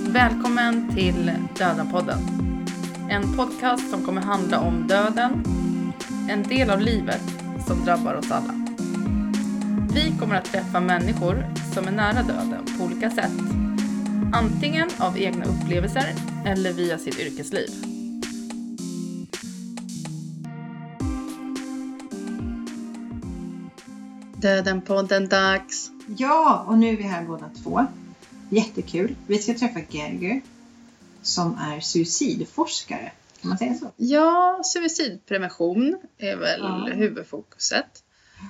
Välkommen till Döden-podden. En podcast som kommer handla om döden, en del av livet som drabbar oss alla. Vi kommer att träffa människor som är nära döden på olika sätt. Antingen av egna upplevelser eller via sitt yrkesliv. Döden-podden dags. Ja, och nu är vi här båda två. Jättekul. Vi ska träffa Gerger som är suicidforskare. Kan man säga så? Ja, suicidprevention är väl huvudfokuset.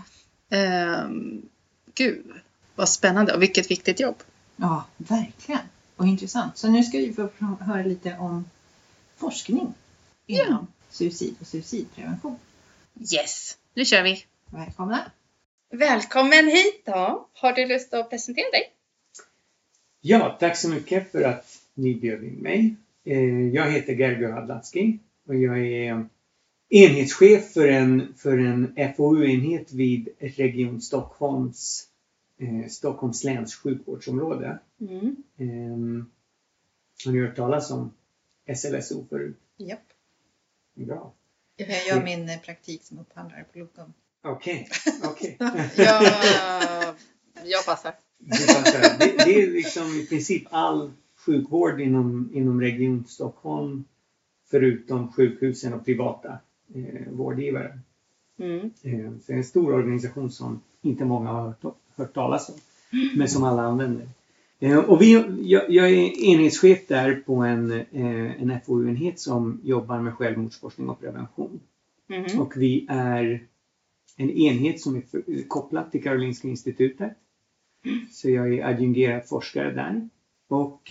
Gud, vad spännande och vilket viktigt jobb. Ja, verkligen. Och intressant. Så nu ska vi få höra lite om forskning inom suicid och suicidprevention. Yes, nu kör vi. Välkomna. Välkommen hit då. Har du lust att presentera dig? Ja, tack så mycket för att ni bjöd in mig. Jag heter Gerger Hadlatski och jag är enhetschef för en FoU-enhet vid Region Stockholms läns sjukvårdsområde. Har ni hört talas om SLSO förut? Japp. Bra. Jag gör min praktik som upphandlare på Lokum. Okej. Jag passar. Det är liksom i princip all sjukvård inom Region Stockholm förutom sjukhusen och privata vårdgivare. Så det är en stor organisation som inte många har hört talas om, men som alla använder. Och jag är enhetschef där på en FoU-enhet som jobbar med självmordsforskning och prevention. Och vi är en enhet som är kopplad till Karolinska institutet. Så jag är adjungerad forskare där. Och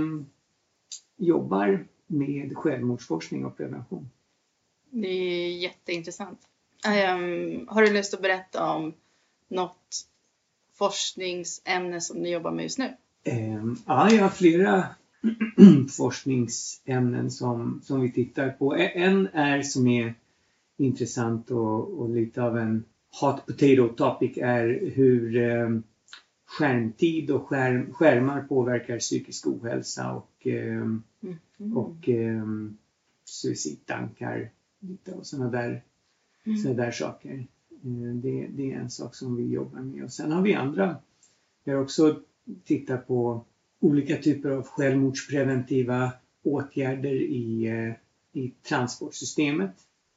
jobbar med självmordsforskning och prevention. Det är jätteintressant. Har du lust att berätta om något forskningsämne som ni jobbar med just nu? Ja, jag har flera forskningsämnen som vi tittar på. En som är intressant och lite av en hot potato topic är hur skärmtid och skärmar påverkar psykisk ohälsa och suicidtankar och sådana där saker. Det är en sak som vi jobbar med. Och sen har vi andra. Vi har också tittat på olika typer av självmordspreventiva åtgärder i transportsystemet.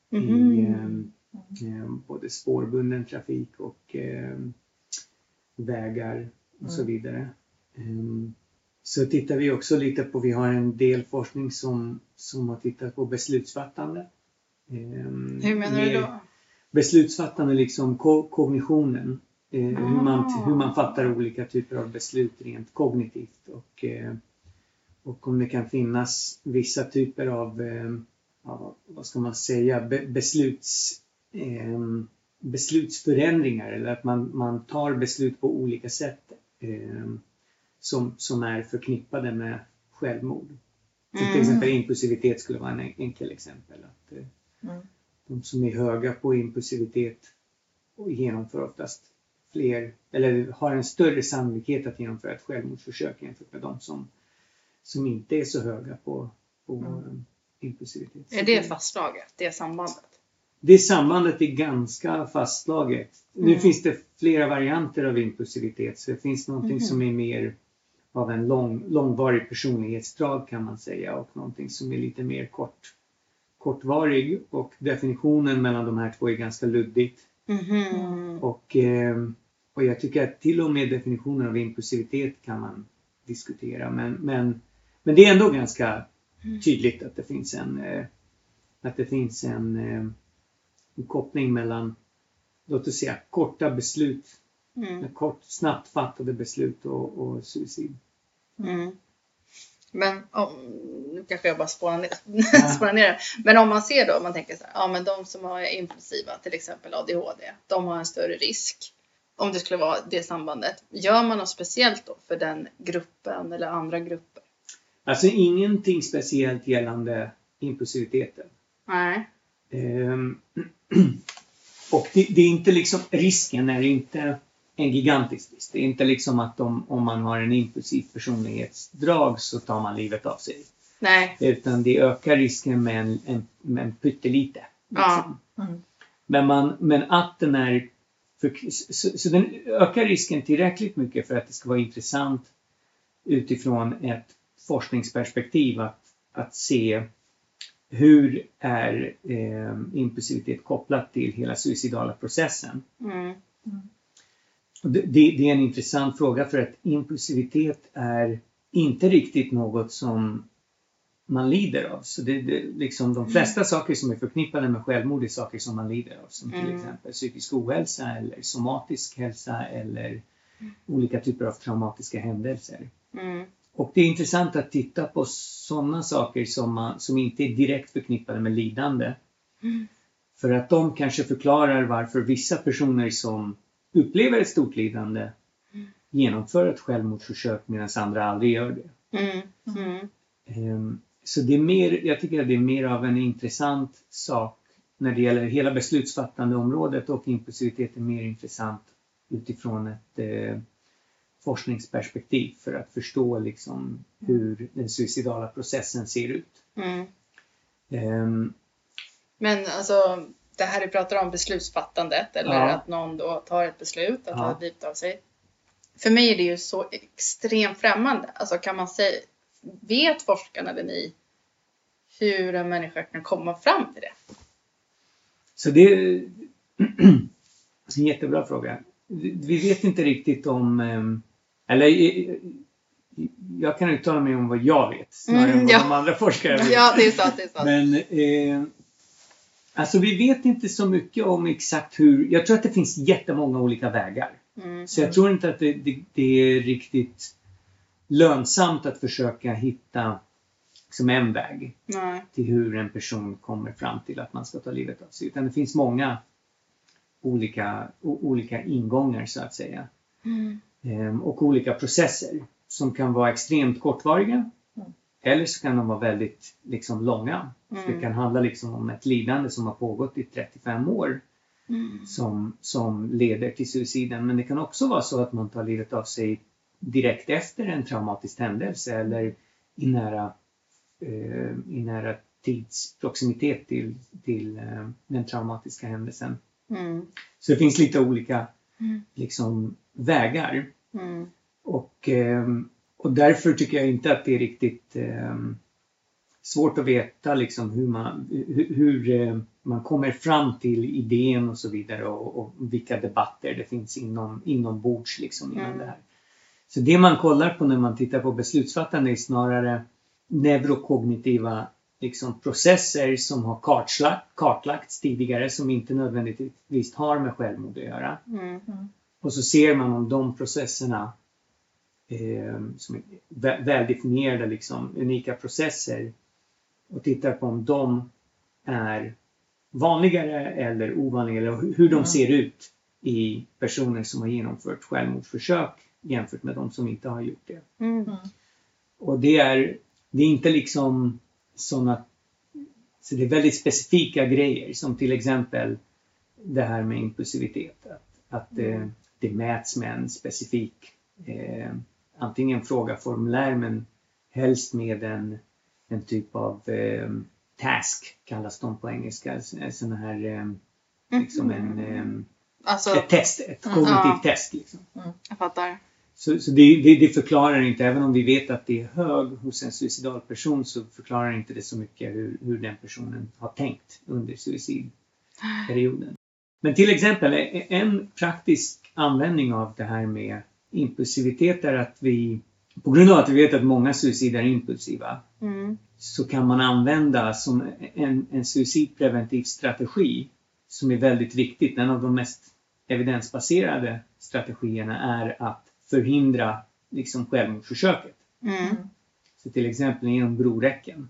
I både spårbunden trafik och vägar och så vidare. Så tittar vi också lite på, vi har en del forskning som har tittat på beslutsfattande. Hur menar du då? Beslutsfattande, liksom kognitionen. Hur man fattar olika typer av beslut rent kognitivt. Och om det kan finnas vissa typer av vad ska man säga, beslutsförändringar, eller att man tar beslut på olika sätt som är förknippade med självmord. Till exempel impulsivitet skulle vara en enkel exempel. Att de som är höga på impulsivitet och genomför oftast fler, eller har en större sannolikhet att genomföra ett självmordsförsök jämfört med de som inte är så höga på impulsivitet. Är det fastslaget, det sambandet? Det sambandet är ganska fastslaget. Nu finns det flera varianter av impulsivitet. Så det finns någonting som är mer av en långvarig personlighetsdrag, kan man säga. Och någonting som är lite mer kortvarig. Och definitionen mellan de här två är ganska luddigt. Och jag tycker att till och med definitionen av impulsivitet kan man diskutera. Men det är ändå ganska tydligt att det finns en koppling mellan, låt oss säga, korta beslut, snabbt fattade beslut och suicid. Men nu kanske jag bara spårar ner. Men om man ser då, om man tänker så här, men de som har impulsiva, till exempel ADHD, de har en större risk. Om det skulle vara det sambandet, gör man något speciellt då för den gruppen eller andra grupper? Alltså ingenting speciellt gällande impulsiviteten. Nej. Och det är inte liksom, risken är inte en gigantisk risk. Det är inte liksom att om man har en impulsiv personlighetsdrag så tar man livet av sig. Nej. Utan det ökar risken med en pyttelite. Liksom. Ja. Men att den är... Så den ökar risken tillräckligt mycket för att det ska vara intressant utifrån ett forskningsperspektiv att se hur är impulsivitet kopplat till hela suicidala processen. Det är en intressant fråga för att impulsivitet är inte riktigt något som man lider av. Så det liksom de flesta saker som är förknippade med självmord är saker som man lider av. Som till exempel psykisk ohälsa eller somatisk hälsa eller olika typer av traumatiska händelser. Och det är intressant att titta på sådana saker som inte är direkt förknippade med lidande. För att de kanske förklarar varför vissa personer som upplever ett stort lidande genomför ett självmordsförsök medan andra aldrig gör det. Så det är mer, jag tycker att det är mer av en intressant sak när det gäller hela beslutsfattande området, och impulsivitet är mer intressant utifrån ett forskningsperspektiv för att förstå liksom hur den suicidala processen ser ut. Men alltså det här du pratar om, beslutsfattandet eller att någon då tar ett beslut att ta livet av sig. För mig är det ju så extremt främmande. Alltså kan man säga, vet forskarna eller ni hur en människa kan komma fram till det? Så det är en jättebra fråga. Vi vet inte riktigt om, eller jag kan uttala mig om vad jag vet snarare än vad de andra forskare vet. Ja, det är sant. Men alltså vi vet inte så mycket om exakt hur, jag tror att det finns jättemånga olika vägar. Så jag tror inte att det är riktigt lönsamt att försöka hitta som en väg till hur en person kommer fram till att man ska ta livet av sig. Utan det finns många olika ingångar så att säga. Och olika processer som kan vara extremt kortvariga. Eller så kan de vara väldigt liksom långa. Så det kan handla liksom om ett lidande som har pågått i 35 år. Som leder till suiciden. Men det kan också vara så att man tar livet av sig direkt efter en traumatisk händelse. Eller i nära tidsproximitet till den traumatiska händelsen. Så det finns lite olika liksom, vägar. Och därför tycker jag inte att det är riktigt svårt att veta liksom, hur man kommer fram till idén och så vidare. Och vilka debatter det finns inombords liksom, inom det här. Så det man kollar på när man tittar på beslutsfattande är snarare neurokognitiva liksom, processer som har kartlagts tidigare som inte nödvändigtvis har med självmord att göra. Och så ser man om de processerna som är väldefinierade liksom, unika processer och tittar på om de är vanligare eller ovanligare eller hur de ser ut i personer som har genomfört självmordsförsök jämfört med de som inte har gjort det. Och det är inte liksom sådana, så det är väldigt specifika grejer som till exempel det här med impulsivitet. Att det mäts med en specifik antingen frågaformulär men helst med en typ av task kallas de på engelska. Sån här liksom ett test, ett kognitivt test liksom. Jag fattar. Så det förklarar inte, även om vi vet att det är hög hos en suicidal person så förklarar inte det så mycket hur den personen har tänkt under suicidperioden. Men till exempel en praktisk användning av det här med impulsivitet är att vi, på grund av att vi vet att många suicider är impulsiva, så kan man använda som en suicidpreventiv strategi som är väldigt viktigt. En av de mest evidensbaserade strategierna är att förhindra liksom självmordsförsöket. Så till exempel genom broräcken.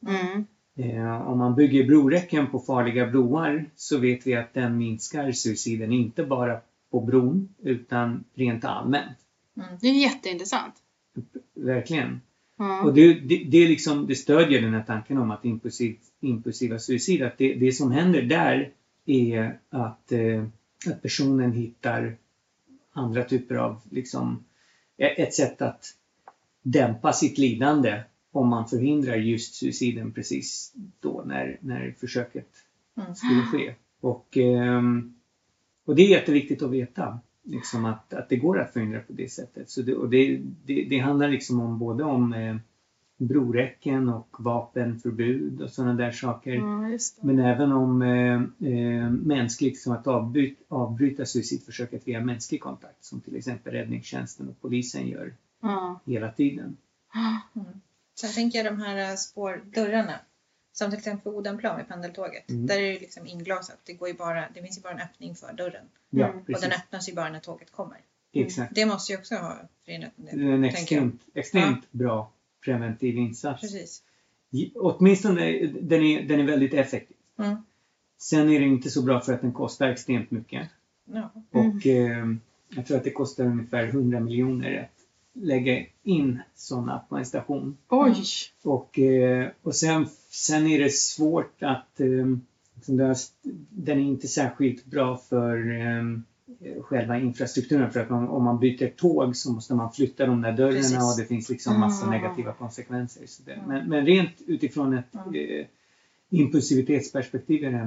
Om man bygger broräcken på farliga broar så vet vi att den minskar suiciden inte bara på bron utan rent allmänt. Det är jätteintressant. Verkligen. Och det är liksom, det stödjer den här tanken om att impulsiva suicid, att det som händer där är att personen hittar andra typer av liksom, ett sätt att dämpa sitt lidande om man förhindrar just suiciden precis då när försöket skulle ske. Och det är jätteviktigt att veta liksom att det går att förhindra på det sättet. Så det handlar liksom om både om broräcken och vapenförbud och sådana där saker. Men även om mänskligt, som att avbryta suicidförsöket via mänsklig kontakt, som till exempel räddningstjänsten och polisen gör hela tiden. Sen tänker jag de här spårdörrarna, som till exempel Odenplan vid pendeltåget. Där är det liksom inglasat. Det finns ju bara en öppning för dörren. Och den öppnas ju bara när tåget kommer. Exakt. Det måste ju också ha förenat med det. Det är en extremt bra preventiv insats. Precis. Åtminstone den är väldigt effektiv. Sen är det inte så bra för att den kostar extremt mycket. Och jag tror att det kostar ungefär 100 miljoner att lägga in sådana på en station. Oj! Och sen är det svårt att den är inte särskilt bra för själva infrastrukturen, för att om man byter tåg så måste man flytta de där dörrarna och det finns liksom massa negativa konsekvenser. Så men rent utifrån ett impulsivitetsperspektiv är det en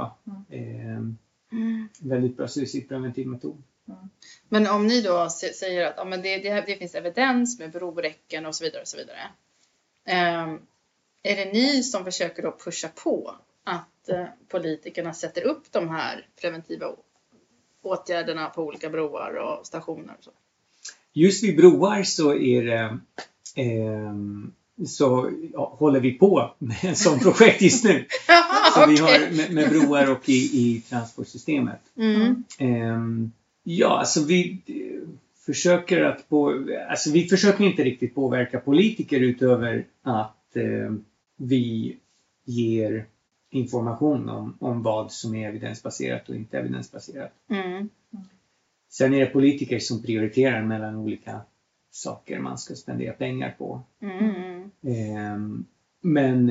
väldigt bra suicidpreventiv metod. Men om ni då säger att men det finns evidens med broräcken och så vidare och så vidare. Är det ni som försöker då pusha på att politikerna sätter upp de här preventiva åtgärderna på olika broar och stationer och så? Just vid broar så är det håller vi på med en sån projekt just nu. Så vi har med broar och i transportsystemet. Alltså vi försöker vi försöker inte riktigt påverka politiker utöver att vi ger information om vad som är evidensbaserat och inte evidensbaserat. Sen är det politiker som prioriterar mellan olika saker man ska spendera pengar på. Men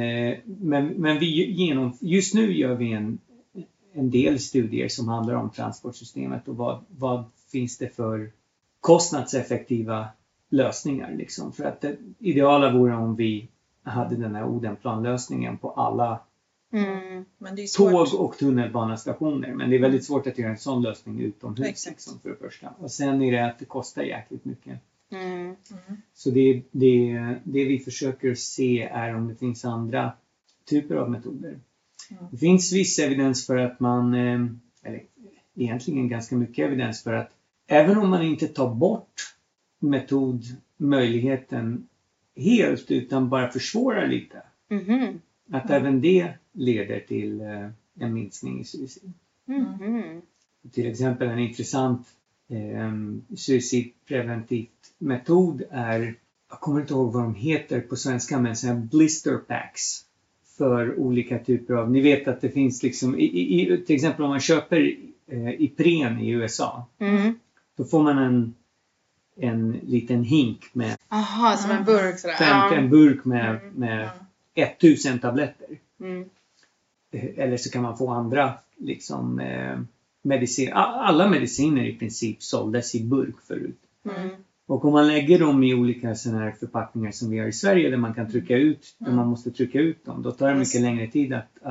just nu gör vi en del studier som handlar om transportsystemet och vad finns det för kostnadseffektiva lösningar liksom. För att det ideala vore om vi hade den här Odenplanlösningen på alla men det är tåg- och tunnelbanestationer. Men det är väldigt svårt att göra en sån lösning utomhus liksom, för det första. Och sen är det att det kostar jäkligt mycket. Så det vi försöker se är om det finns andra typer av metoder. Det finns viss evidens för att eller egentligen ganska mycket evidens för att även om man inte tar bort möjligheten helt utan bara försvårar lite. Att även det leder till en minskning i suicid. Till exempel en intressant suicidpreventivt metod är, jag kommer inte ihåg vad de heter på svenska, men så här blister packs för olika typer av, ni vet att det finns liksom till exempel om man köper Ipren i USA, då får man en liten hink med som en burk sådär. En burk med 1000 tabletter. Eller så kan man få andra liksom medicin. Alla mediciner i princip såldes i burk förut. Och om man lägger dem i olika såna här förpackningar som vi har i Sverige där man kan trycka ut, där man måste trycka ut dem, då tar det mycket längre tid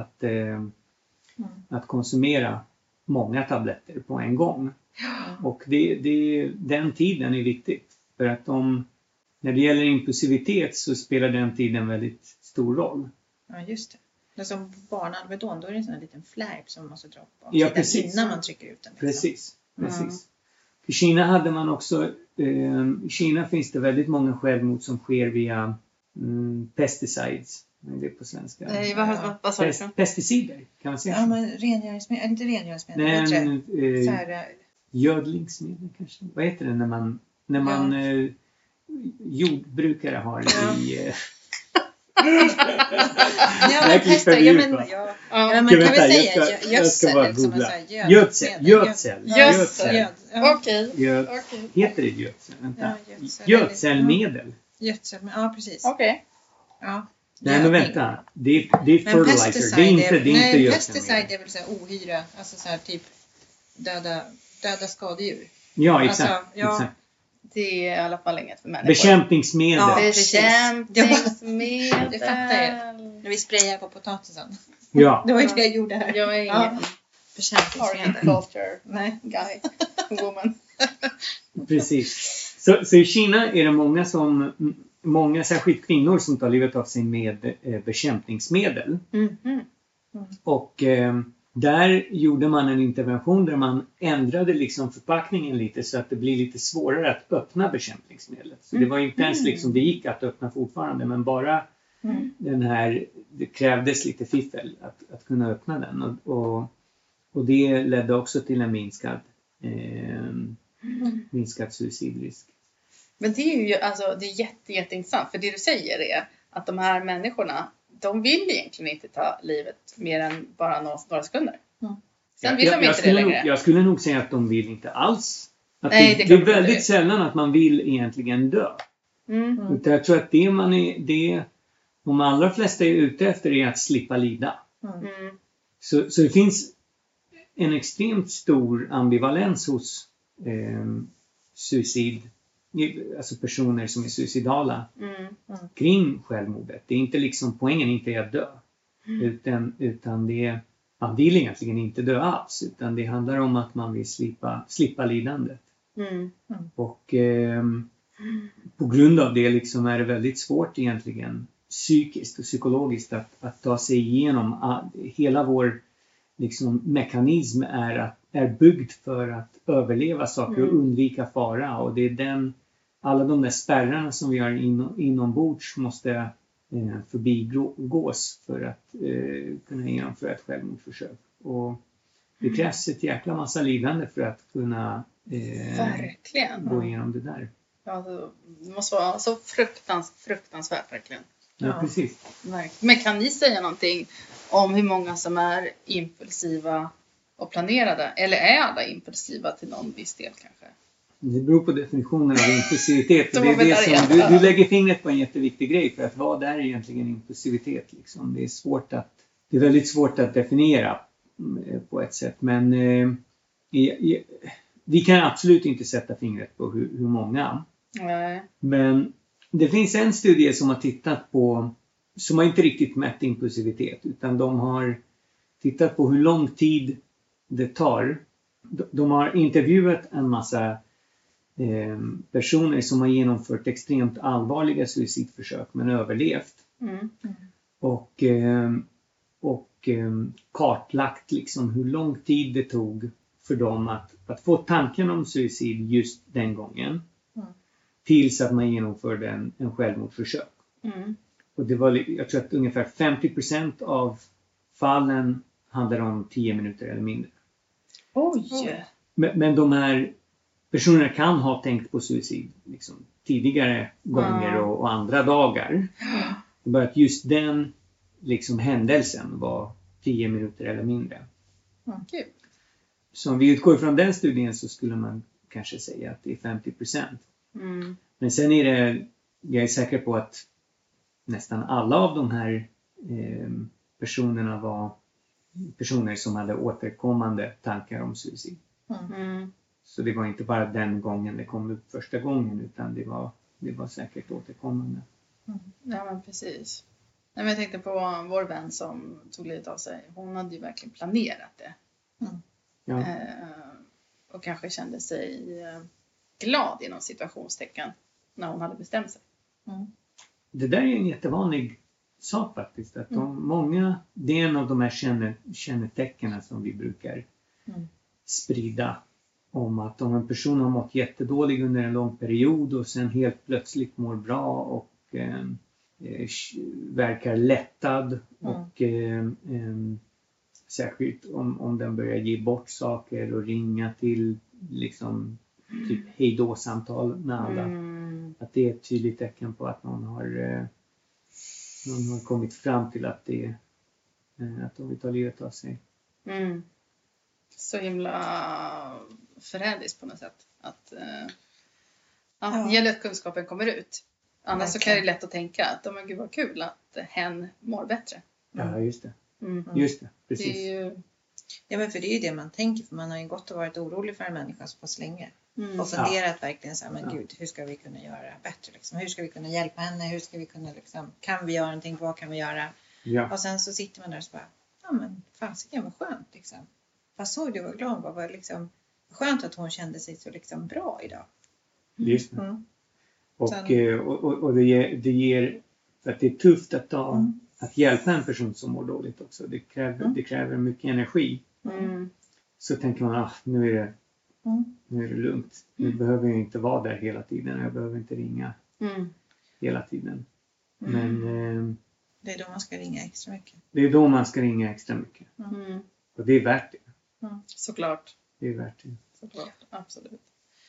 att konsumera många tabletter på en gång. Och den tiden är viktigt. För att när det gäller impulsivitet så spelar den tiden väldigt stor roll. Ja, just det. Det är som barnalvedon, då är det en sån här liten flärp som man måste dra på. Ja, precis. Innan man trycker ut den. Liksom. Precis. I Kina hade man också, i Kina finns det väldigt många självmord som sker via pesticides. Det är på svenska. Vad sa du för? Pesticider, kan man säga. Ja, men rengöringsmedel, inte rengöringsmedel. Nej, gödlingsmedel kanske. Vad heter det när man jordbrukare har i... men testa. Men kan vi säga gödsel? Gödsel. Okej. Heter det gödsel? Vänta. Gödselmedel. Ja, precis. Okej. Ja. Nej, men vänta. Det är fertilizer. Det är inte gödsel. Pesticide är väl så här ohyra. Alltså så här typ döda skadedjur. Ja, exakt. Alltså, ja. Exakt. Det är i alla fall inget för människor. Bekämpningsmedel. Ja. Bekämpningsmedel. Du fattar ju. När vi sprayar på potatisen. Ja. Det var ju det jag gjorde här. Jag är ingen Bekämpningsmedel. horticulture Nej. guy, woman. Precis. Så i Kina är det många särskilt kvinnor som tar livet av sig med bekämpningsmedel. Och där gjorde man en intervention där man ändrade liksom förpackningen lite så att det blir lite svårare att öppna bekämpningsmedlet. Så det var inte ens liksom, det gick att öppna fortfarande, men bara den här, det krävdes lite fiffel att kunna öppna den. Och det ledde också till en minskad suicidrisk. Men det är ju alltså, det är jätteintressant, för det du säger är att de här människorna, de vill egentligen inte ta livet mer än bara några sekunder. Sen vill de inte det längre. Jag skulle nog säga att de vill inte alls. Att Nej, det är väldigt sällan att man vill egentligen dö. Utan jag tror att de allra flesta är ute efter är att slippa lida. Så det finns en extremt stor ambivalens hos suicid, alltså personer som är suicidala kring självmordet. Det är inte liksom, poängen inte är att dö, utan det är, man vill egentligen inte dö alls, utan det handlar om att man vill slippa lidandet. Och på grund av det liksom är det väldigt svårt egentligen psykiskt och psykologiskt att ta sig igenom hela vår liksom mekanism är byggd för att överleva saker och undvika fara, och det är alla de där spärrarna som vi har inombords måste förbigås för att kunna genomföra ett självmordsförsök. Och det krävs ett jäkla massa lidande för att kunna gå igenom det där. Ja, det måste vara så fruktansvärt verkligen. Ja, precis. Men kan ni säga någonting om hur många som är impulsiva och planerade? Eller är alla impulsiva till någon viss del kanske? Det beror på definitionen av impulsivitet. Det är det som, du lägger fingret på en jätteviktig grej, för att vad är egentligen impulsivitet? Liksom? Det är väldigt svårt att definiera på ett sätt. Men vi kan absolut inte sätta fingret på hur många. Nej. Men det finns en studie som har tittat på, som har inte riktigt mätt impulsivitet, utan de har tittat på hur lång tid det tar. De har intervjuat en massa personer som har genomfört extremt allvarliga suicidförsök men överlevt. Och kartlagt liksom hur lång tid det tog för dem att få tanken om suicid just den gången. Tills att man genomförde en självmordsförsök. Och det var, jag tror att ungefär 50% av fallen handlar om 10 minuter eller mindre. Oj! Men de här personerna kan ha tänkt på suicid liksom, tidigare gånger och andra dagar. Bara att just den liksom, händelsen var 10 minuter eller mindre. Kul. Så om vi utgår från den studien så skulle man kanske säga att det är 50%. Men sen är det, jag är säker på att nästan alla av de här personerna var personer som hade återkommande tankar om suicid. Så det var inte bara den gången det kom upp första gången, utan det var säkert återkommande. Ja, men precis. Nej, men jag tänkte på vår vän som tog livet av sig. Hon hade ju verkligen planerat det. Ja. Och kanske kände sig glad inom situationstecken när hon hade bestämt sig. Det där är en jättevanlig sak faktiskt. Att det är en av de här kännetecknen som vi brukar sprida. Om att om en person har mått jättedålig under en lång period och sen helt plötsligt mår bra och verkar lättad och särskilt om den börjar ge bort saker och ringa till liksom typ hejdå-samtal med alla. Att det är ett tydligt tecken på att någon har kommit fram till att de vill ta livet av sig. Så himla förrädiskt på något sätt. Att gäller att kunskapen kommer ut. Annars så kan det lätt att tänka att men gud vad kul att hen mår bättre. Ja, just det. Just det, precis. Ja, men för det är ju det man tänker, för man har ju gått och varit orolig för en människa så pass länge. Och funderat verkligen så här, men gud, hur ska vi kunna göra det bättre? Liksom? Hur ska vi kunna hjälpa henne? Hur ska vi kunna, liksom, kan vi göra någonting? Vad kan vi göra? Ja. Och sen så sitter man där och så bara, ja men fasiken vad skönt liksom. Vad såg du, vad glad hon var. Vad liksom, skönt att hon kände sig så liksom bra idag. Just det. Och det ger, för att det är tufft att att hjälpa en person som mår dåligt också. Det kräver mycket energi. Så tänker man, nu är det lugnt. Nu behöver jag inte vara där hela tiden. Jag behöver inte ringa hela tiden. Men det är då man ska ringa extra mycket. Det är då man ska ringa extra mycket. Och det är värt det. Såklart. Det är värt det. Såklart, absolut.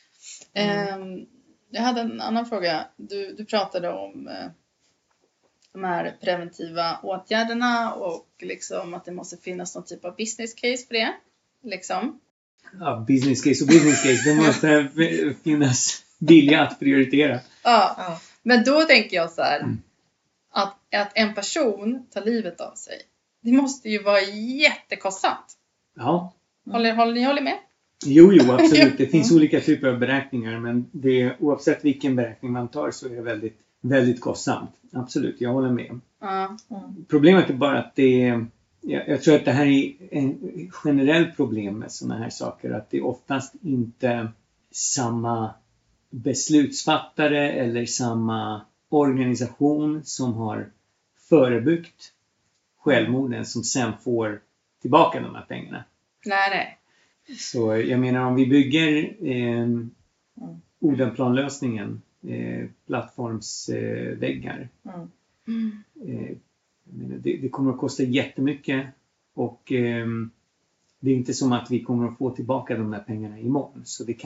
Jag hade en annan fråga. Du pratade om de här preventiva åtgärderna och liksom att det måste finnas någon typ av business case för det. Liksom. Ja, business case. Det måste finnas vilja att prioritera. Ja, men då tänker jag så här. Att en person tar livet av sig. Det måste ju vara jättekostsamt. Ja. Håller ni med? Jo, absolut. Det finns olika typer av beräkningar. Men oavsett vilken beräkning man tar så är det väldigt, väldigt kostsamt. Absolut, jag håller med. Problemet är bara att jag tror att det här är en generell problem med sådana här saker. Att det är oftast inte samma beslutsfattare eller samma organisation som har förebyggt självmorden som sen får tillbaka de här pengarna. Nej. Så jag menar, om vi bygger Odenplanlösningen, plattformsväggar. Det kommer att kosta jättemycket och det är inte som att vi kommer att få tillbaka de här pengarna imorgon. Så det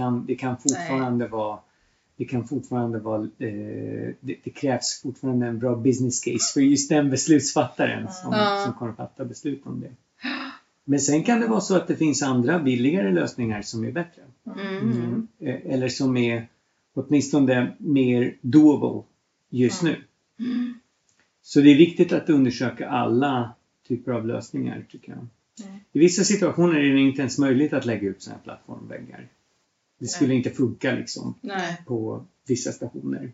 krävs fortfarande en bra business case för just den beslutsfattaren som kommer att fatta beslut om det. Men sen kan det vara så att det finns andra billigare lösningar som är bättre. Eller som är åtminstone mer doable just nu. Så det är viktigt att undersöka alla typer av lösningar, tycker jag. I vissa situationer är det inte ens möjligt att lägga ut sådana här plattformväggar. Det skulle inte funka liksom på vissa stationer.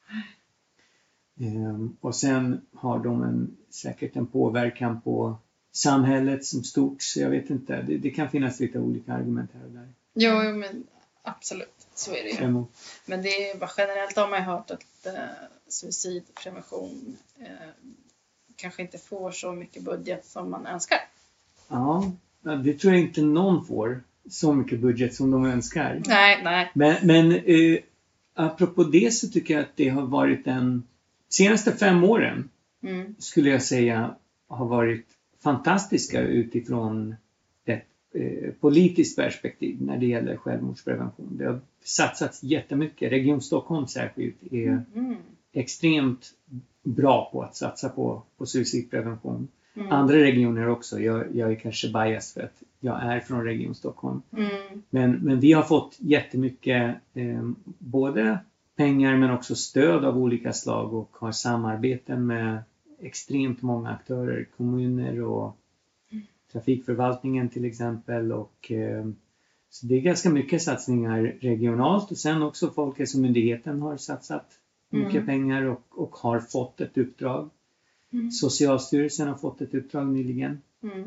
Och sen har de säkert en påverkan på samhället som stort. Så jag vet inte, det kan finnas lite olika argument här och där. Jo, men absolut. Så är det ju. Men det är bara generellt har man hört att suicidprevention kanske inte får så mycket budget som man önskar. Ja, det tror jag inte någon får så mycket budget som de önskar. Nej. Men apropå det så tycker jag att det har varit senaste 5 åren skulle jag säga har varit fantastiska utifrån ett politiskt perspektiv när det gäller självmordsprevention. Det har satsats jättemycket. Region Stockholm särskilt är extremt bra på att satsa på suicidprevention. Andra regioner också. Jag är kanske bias för att jag är från Region Stockholm. Men vi har fått jättemycket både pengar men också stöd av olika slag och har samarbeten med extremt många aktörer, kommuner och trafikförvaltningen till exempel. Och så det är ganska mycket satsningar regionalt och sen också Folkhälsomyndigheten har satsat mycket pengar och har fått ett uppdrag. Socialstyrelsen har fått ett uppdrag nyligen.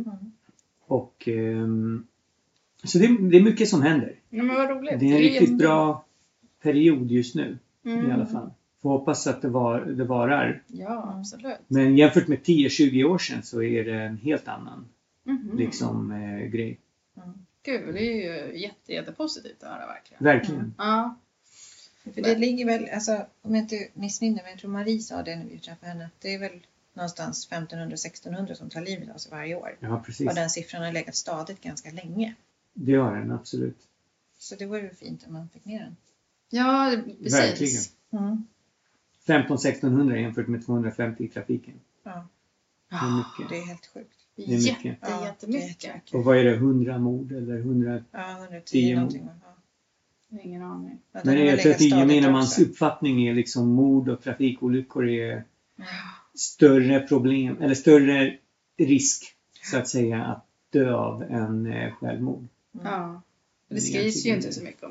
Och så det är mycket som händer. Men vad roligt. Det är en riktigt bra period just nu i alla fall. Får hoppas att det varar. Ja, absolut. Men jämfört med 10-20 år sedan så är det en helt annan grej. Gud, det är ju jättepositivt att höra verkligen. Verkligen. Ja. För det ligger väl, alltså, om jag inte missminner mig, jag tror Marie sa det när vi träffade henne. Det är väl någonstans 1500-1600 som tar livet av sig varje år. Ja, precis. Och den siffran har legat stadigt ganska länge. Det har den, absolut. Så det var ju fint om man fick ner den. Ja, precis. Verkligen. 1500-1600 jämfört med 250 i trafiken. Ja. Det är mycket. Det är helt sjukt. Det är mycket. Jättemycket. Och vad är det? 100 mord eller 110 110 någonting. Ingen aning. Men jag tror att gemene mans uppfattning är liksom mord och trafikolyckor är större problem eller större risk så att säga att dö av en självmord. Ja. Det skrivs ju inte så mycket om det.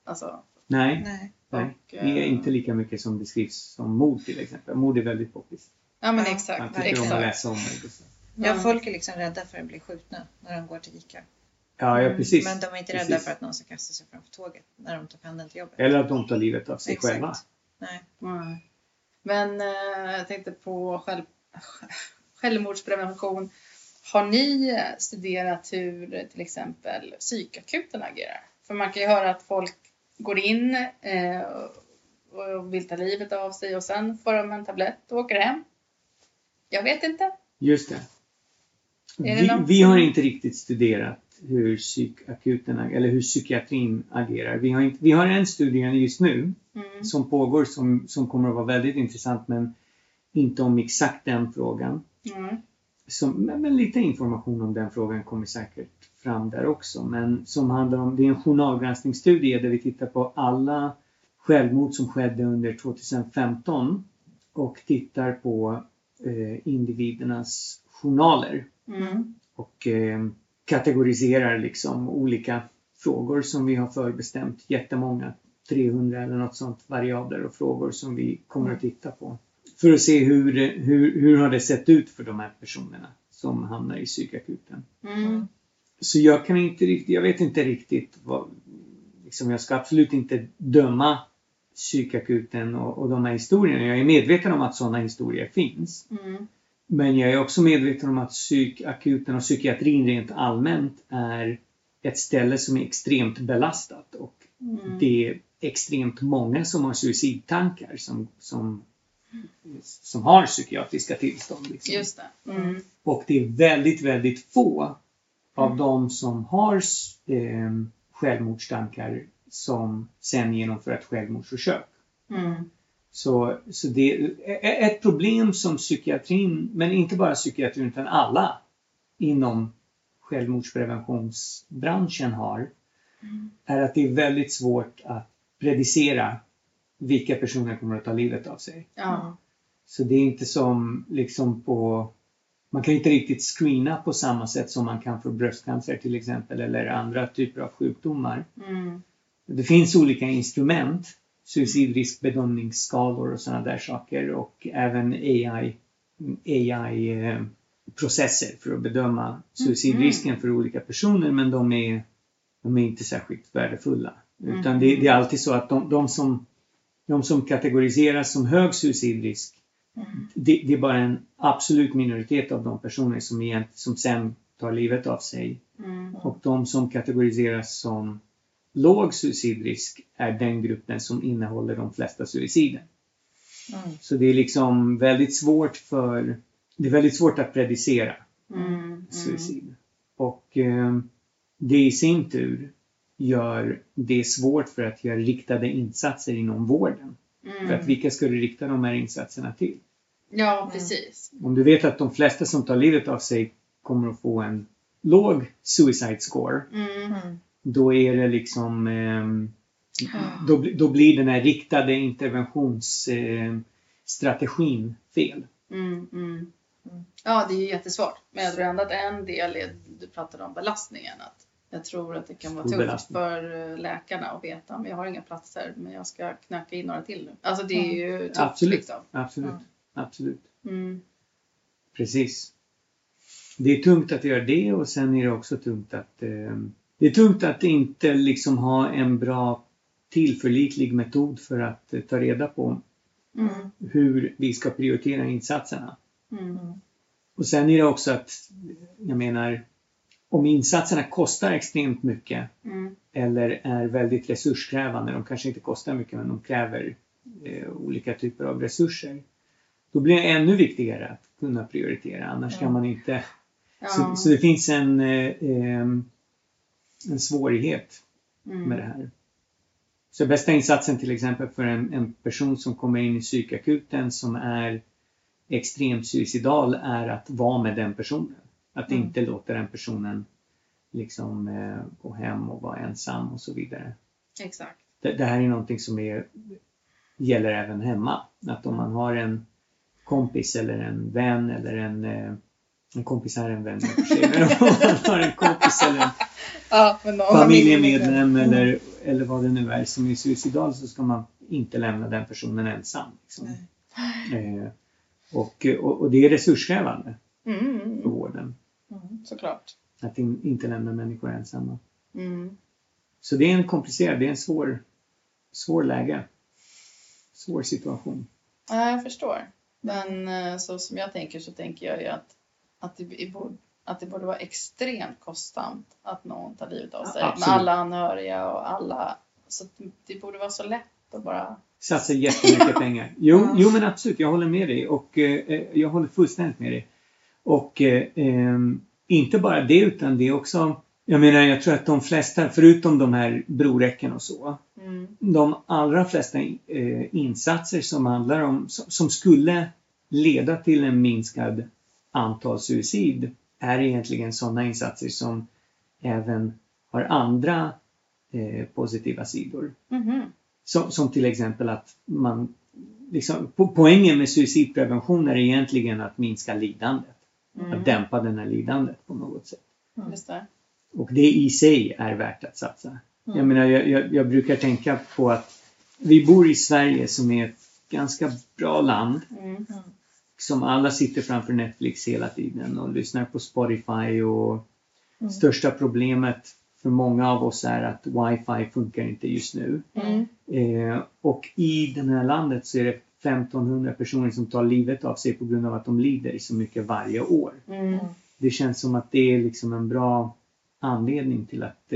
Alltså, Nej. Det är inte lika mycket som beskrivs som mord till exempel. Mord är väldigt poppis. Ja, men exakt. Man tycker om att läsa om det. Ja, folk är liksom rädda för att bli skjutna när de går till ICA. Ja, precis. Men de är inte rädda för att någon ska kasta sig framför tåget när de tar pendeln till jobbet. Eller att de tar livet av sig själva. Nej. Men jag tänkte på självmordsprevention. Har ni studerat hur till exempel psykakuten agerar? För man kan ju höra att folk går in och vill ta livet av sig och sen får de en tablett och åker hem. Jag vet inte. Just det. Vi har inte riktigt studerat hur psykakuterna eller hur psykiatrin agerar. Vi har en studie just nu som pågår som kommer att vara väldigt intressant, men inte om exakt den frågan. Men lite information om den frågan kommer säkert fram där också. Men som handlar om, det är en journalgranskningsstudie där vi tittar på alla självmord som skedde under 2015 och tittar på individernas journaler och kategoriserar liksom olika frågor som vi har förbestämt, jättemånga, 300 eller något sånt, variabler och frågor som vi kommer att titta på för att se hur har det sett ut för de här personerna som hamnar i psykakuten. Så jag vet inte riktigt vad, liksom, jag ska absolut inte döma psykakuten och de här historierna. Jag är medveten om att sådana historier finns. Men jag är också medveten om att psykakuten och psykiatrin rent allmänt är ett ställe som är extremt belastat. Och det är extremt många som har suicidtankar som har psykiatriska tillstånd. Liksom. Just det. Och det är väldigt, väldigt få av de som har självmordstankar som sen genomför ett självmordsförsök. Så det är ett problem som psykiatrin, men inte bara psykiatrin utan alla inom självmordspreventionsbranschen har, är att det är väldigt svårt att predicera vilka personer kommer att ta livet av sig. Så det är inte som liksom man kan inte riktigt screena på samma sätt som man kan för bröstcancer till exempel eller andra typer av sjukdomar. Det finns olika instrument, suicidriskbedömningsskalor och sådana där saker, och även AI-processer för att bedöma suicidrisken för olika personer, men de är inte särskilt värdefulla. Utan det är alltid så att de som kategoriseras som hög suicidrisk, det är bara en absolut minoritet av de personer som sen tar livet av sig. Och de som kategoriseras som låg suicidrisk är den gruppen som innehåller de flesta suicider. Så det är liksom väldigt svårt att predicera suicid. Och det i sin tur gör det svårt för att göra riktade insatser inom vården. För att vilka ska du rikta de här insatserna till? Ja, precis. Om du vet att de flesta som tar livet av sig kommer att få en låg suicide score, då är det liksom då blir den här riktade interventionsstrategin fel. Ja, det är ju jättesvårt. Men jag tror ändå att en del är, du pratade om belastningen, att jag tror att det kan vara tufft för läkarna att veta, men jag har inga platser, men jag ska knacka in några till nu. Alltså det är ju tufft. Absolut. Precis. Det är tungt att göra det, och sen är det också tungt att inte liksom ha en bra tillförlitlig metod för att ta reda på hur vi ska prioritera insatserna. Och sen är det också att, jag menar, om insatserna kostar extremt mycket eller är väldigt resurskrävande, de kanske inte kostar mycket men de kräver olika typer av resurser, då blir det ännu viktigare att kunna prioritera, annars kan man inte. Så det finns en svårighet med det här. Så bästa insatsen till exempel för en person som kommer in i psykakuten som är extremt suicidal är att vara med den personen. Att inte låta den personen liksom gå hem och vara ensam och så vidare. Exakt. Det här är någonting som gäller även hemma. Att om man har en kompis eller en vän eller en kompis är en vän men om man har en kompis eller en familjemedlem eller vad det nu är som är suicidal, så ska man inte lämna den personen ensam. Liksom. Och det är resurskrävande för vården. Såklart. Att inte lämna människor ensamma. Mm. Så det är en svår läge. Svår situation. Ja, jag förstår. Men så som jag tänker, så tänker jag ju att det borde vara extremt kostsamt att någon tar livet av sig. Absolut. Med alla anhöriga och alla. Så det borde vara så lätt att bara... Satsa jättemycket pengar. Jo, men absolut, jag håller med dig. Och jag håller fullständigt med dig. Och inte bara det, utan det också... Jag menar, jag tror att de flesta, förutom de här broräcken och så, de allra flesta insatser som handlar om, som skulle leda till en minskad antal suicid, är egentligen sådana insatser som även har andra positiva sidor. Som till exempel att man, liksom, poängen med suicidprevention är egentligen att minska lidandet. Att dämpa den här lidandet på något sätt. Just det. Och det i sig är värt att satsa. Jag menar, jag brukar tänka på att vi bor i Sverige som är ett ganska bra land. Som alla sitter framför Netflix hela tiden och lyssnar på Spotify. Och största problemet för många av oss är att wifi funkar inte just nu. Och i det här landet så är det 1500 personer som tar livet av sig på grund av att de lider så mycket varje år. Det känns som att det är liksom en bra anledning till att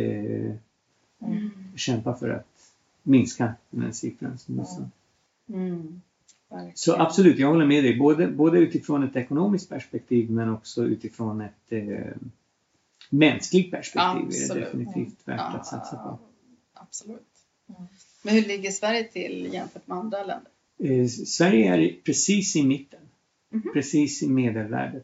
kämpa för att minska den här siffran. Så absolut, jag håller med dig. Både utifrån ett ekonomiskt perspektiv, men också utifrån ett mänskligt perspektiv. Absolut. Är det definitivt värt att satsa på. Absolut. Men hur ligger Sverige till jämfört med andra länder? Sverige är precis i mitten. Precis i medelvärdet.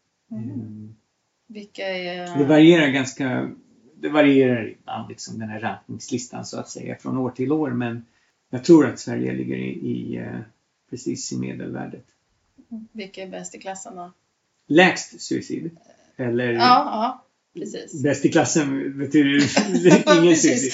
Vilka är... Det varierar ibland liksom den här rankningslistan så att säga från år till år, men jag tror att Sverige ligger precis i medelvärdet. Vilka är bäst i klassen då? Lägst suicid? Eller... Ja, precis. Bäst i klassen betyder ingen suicid.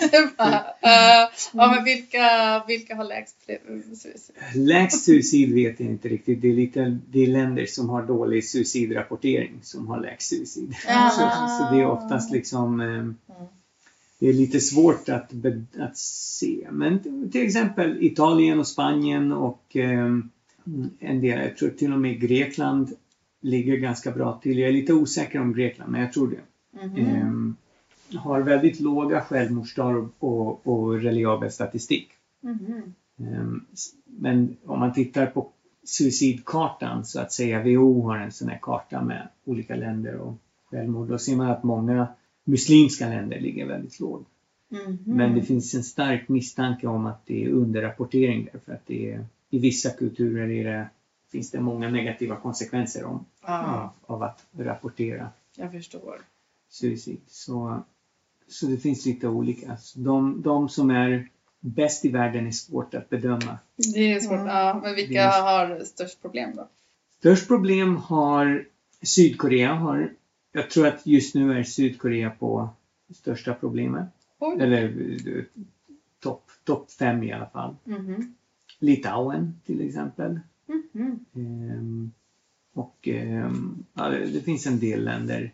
Men vilka har lägst suicid? Lägst suicid vet jag inte riktigt. Det är länder som har dålig suicidrapportering som har lägst suicid. Så det är oftast liksom... Det är lite svårt att se. Men till exempel Italien och Spanien och en del, jag tror till och med Grekland ligger ganska bra till. Jag är lite osäker om Grekland, men jag tror det. Har väldigt låga självmordstal och reliabel statistik. Men om man tittar på suicidkartan så att säga, WHO har en sån här karta med olika länder och självmord. Då ser man att många muslimska länder ligger väldigt lågt. Men det finns en stark misstanke om att det är underrapportering därför att det är, i vissa kulturer finns det många negativa konsekvenser av att rapportera. Jag förstår. Suicid. Så det finns lite olika. Så de som är bäst i världen är svårt att bedöma. Det är svårt, men vilka har störst problem då? Störst problem har Sydkorea. Jag tror att just nu är Sydkorea på största problemet. Eller topp 5 i alla fall. Litauen till exempel. Och det finns en del länder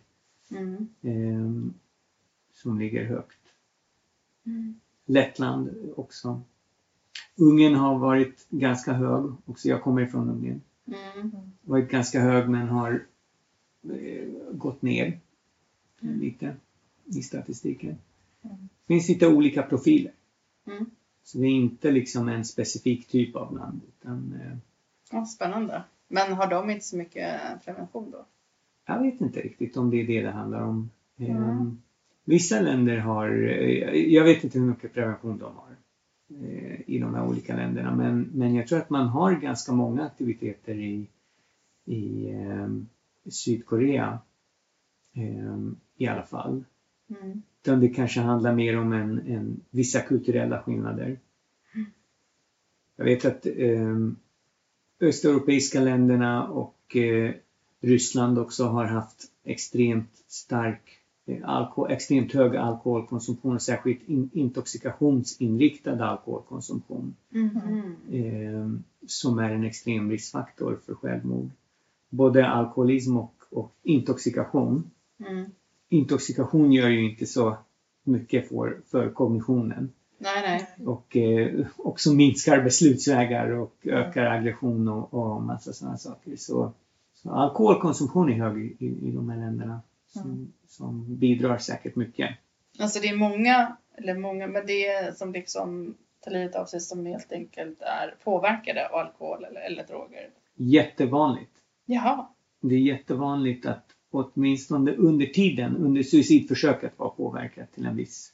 som ligger högt. Lettland också. Ungern har varit ganska hög. Också jag kommer ifrån Ungern. Varit ganska hög men har gått ner lite i statistiken. Det finns lite olika profiler. Så det är inte liksom en specifik typ av land. Utan, spännande. Men har de inte så mycket prevention då? Jag vet inte riktigt om det är det handlar om. Vissa länder har, jag vet inte hur mycket prevention de har i de här olika länderna. Men jag tror att man har ganska många aktiviteter i Sydkorea i alla fall. Utan det kanske handlar mer om vissa kulturella skillnader. Jag vet att östeuropeiska länderna och Ryssland också har haft extremt stark extremt hög alkoholkonsumtion och särskilt intoxikationsinriktad alkoholkonsumtion som är en extrem riskfaktor för självmord. Både alkoholism och intoxikation. Intoxikation gör ju inte så mycket för kognitionen. Nej. Och också minskar beslutsvägar och ökar aggression och massa sådana saker. Så alkoholkonsumtion är hög i de här länderna som bidrar säkert mycket. Alltså det är många, men det är som liksom tar livet av sig som helt enkelt är påverkade av alkohol eller droger. Jättevanligt. Jaha. Det är jättevanligt att åtminstone under suicidförsöket var påverkat till en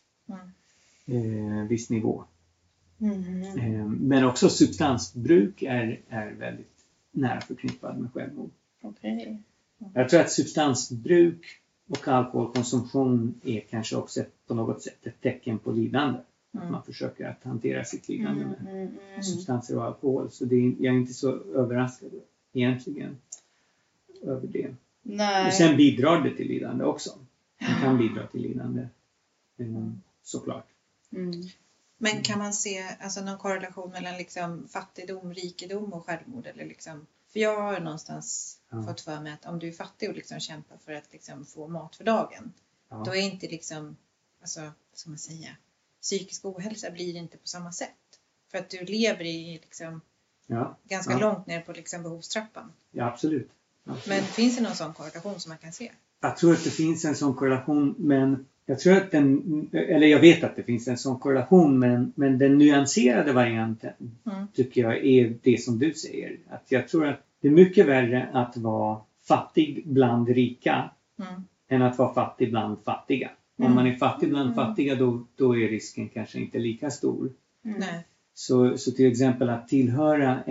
viss nivå. Men också substansbruk är väldigt nära förknippad med självmord. Okay. Jag tror att substansbruk och alkoholkonsumtion är kanske också på något sätt ett tecken på lidande. Att man försöker att hantera sitt lidande med substanser och alkohol. Så jag är inte så överraskad egentligen över det. Nej. Och sen bidrar det till lidande också. Man kan bidra till lidande. Såklart. Men kan man se någon korrelation mellan liksom fattigdom, rikedom och självmord? Eller liksom, för jag har någonstans fått för mig att om du är fattig och liksom kämpar för att liksom få mat för dagen. Då är inte liksom, ska man säga, psykisk ohälsa blir inte på samma sätt. För att du lever i liksom ganska långt ner på liksom behovstrappan. Ja, absolut. Men finns det någon sån korrelation som man kan se? Jag tror att det finns en sån korrelation, men jag tror att jag vet att det finns en sån korrelation, men den nyanserade varianten tycker jag är det som du säger. Att jag tror att det är mycket värre att vara fattig bland rika än att vara fattig bland fattiga. Om man är fattig bland fattiga då är risken kanske inte lika stor. Så till exempel att tillhöra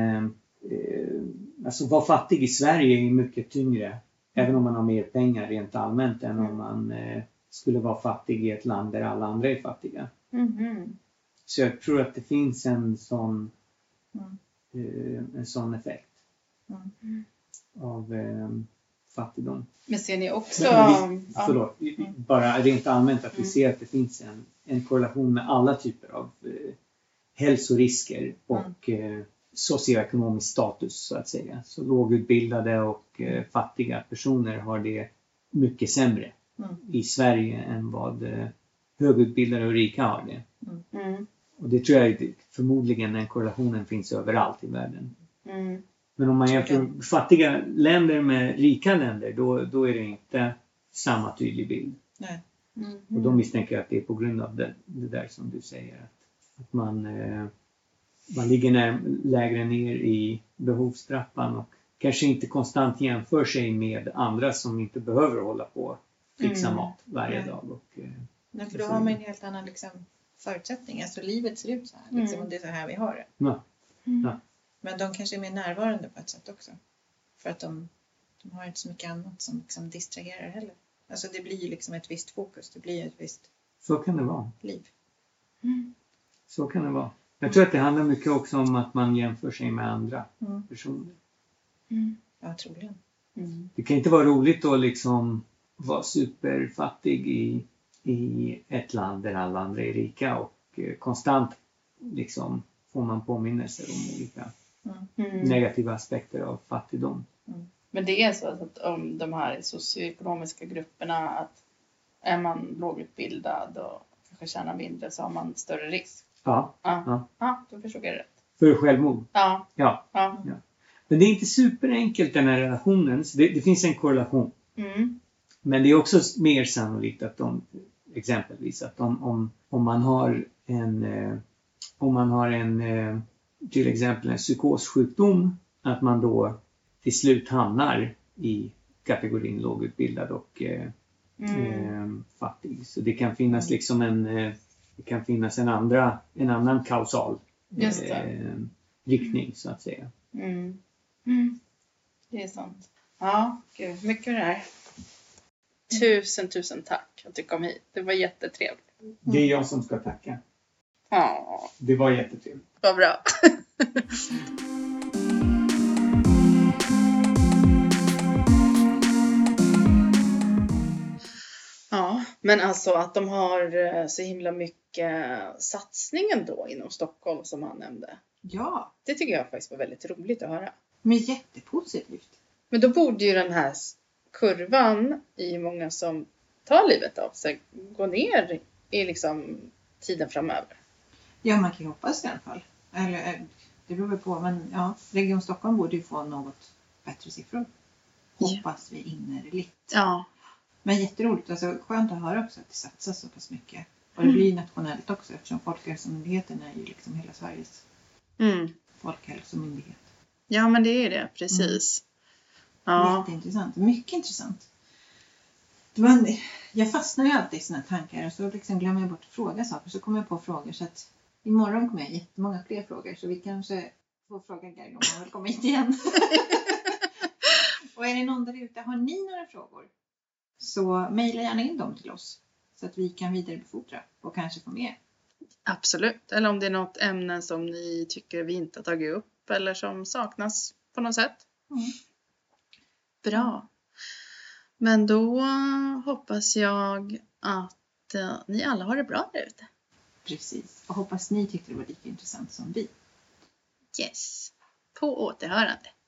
vara fattig i Sverige är mycket tyngre. Även om man har mer pengar rent allmänt än om man skulle vara fattig i ett land där alla andra är fattiga. Så jag tror att det finns en sån effekt av fattigdom. Men ser ni också... Bara rent allmänt att vi ser att det finns en korrelation med alla typer av hälsorisker och socioekonomisk status så att säga. Så lågutbildade och fattiga personer har det mycket sämre i Sverige än vad högutbildade och rika har det. Och det tror jag förmodligen den korrelationen finns överallt i världen. Men om man jämför fattiga länder med rika länder då är det inte samma tydlig bild. Och då misstänker jag att det är på grund av det där som du säger. Att man ligger lägre ner i behovstrappan och kanske inte konstant jämför sig med andra som inte behöver hålla på och fixa mat varje dag. Nej, för då har man en helt annan liksom, förutsättning. Alltså livet ser ut så här liksom, och det är så här vi har det. Ja. Men de kanske är mer närvarande på ett sätt också. För att de har inte så mycket annat som liksom distraherar heller. Alltså det blir ju liksom ett visst fokus. Det blir ett visst så kan det vara. Liv. Så kan det vara. Jag tror att det handlar mycket också om att man jämför sig med andra personer. Ja, troligen. Det kan inte vara roligt att liksom vara superfattig i ett land där alla andra är rika och konstant liksom får man påminnelser om olika negativa aspekter av fattigdom. Men det är så att om de här socioekonomiska grupperna, att är man lågutbildad och kanske tjänar mindre så har man större risk. Ja, då förstår jag rätt. För självmord? Ja. Men det är inte superenkelt den här relationen. Så det finns en korrelation. Men det är också mer sannolikt att exempelvis att om man har en till exempel en psykossjukdom, att man då till slut hamnar i kategorin lågutbildad och fattig. Så det kan finnas liksom en annan kausal riktning så att säga. Det är sant. Ja, gud, mycket det här. Tusen tack att du kom hit. Det var jättetrevligt. Det är jag som ska tacka. Ja. Det var jättetrevligt. Vad bra. Ja, men alltså att de har så himla mycket satsning ändå inom Stockholm som han nämnde. Ja. Det tycker jag faktiskt var väldigt roligt att höra. Men jättepositivt. Men då borde ju den här kurvan i många som tar livet av sig gå ner i liksom tiden framöver. Ja, man kan ju hoppas i alla fall. Eller det beror på, men ja, Region Stockholm borde ju få något bättre siffror. Hoppas vi innerligt. Ja. Men jätteroligt, alltså skönt att höra också att det satsas så pass mycket. Och det blir nationellt också eftersom Folkhälsomyndigheten är ju liksom hela Sveriges folkhälsomyndighet. Ja, men det är det, precis. Ja. Jätteintressant, mycket intressant. Jag fastnar ju alltid i såna tankar och så liksom glömmer jag bort att fråga saker. Så kommer jag på frågor så att imorgon kommer jag jättemånga fler frågor. Så vi kanske får fråga Gary om han vill komma hit igen. Och är det någon där ute, har ni några frågor? Så mejla gärna in dem till oss. Så att vi kan vidarebefordra och kanske få med. Absolut. Eller om det är något ämne som ni tycker vi inte har tagit upp. Eller som saknas på något sätt. Bra. Men då hoppas jag att ni alla har det bra där ute. Precis. Och hoppas ni tyckte det var lika intressant som vi. Yes. På återhörande.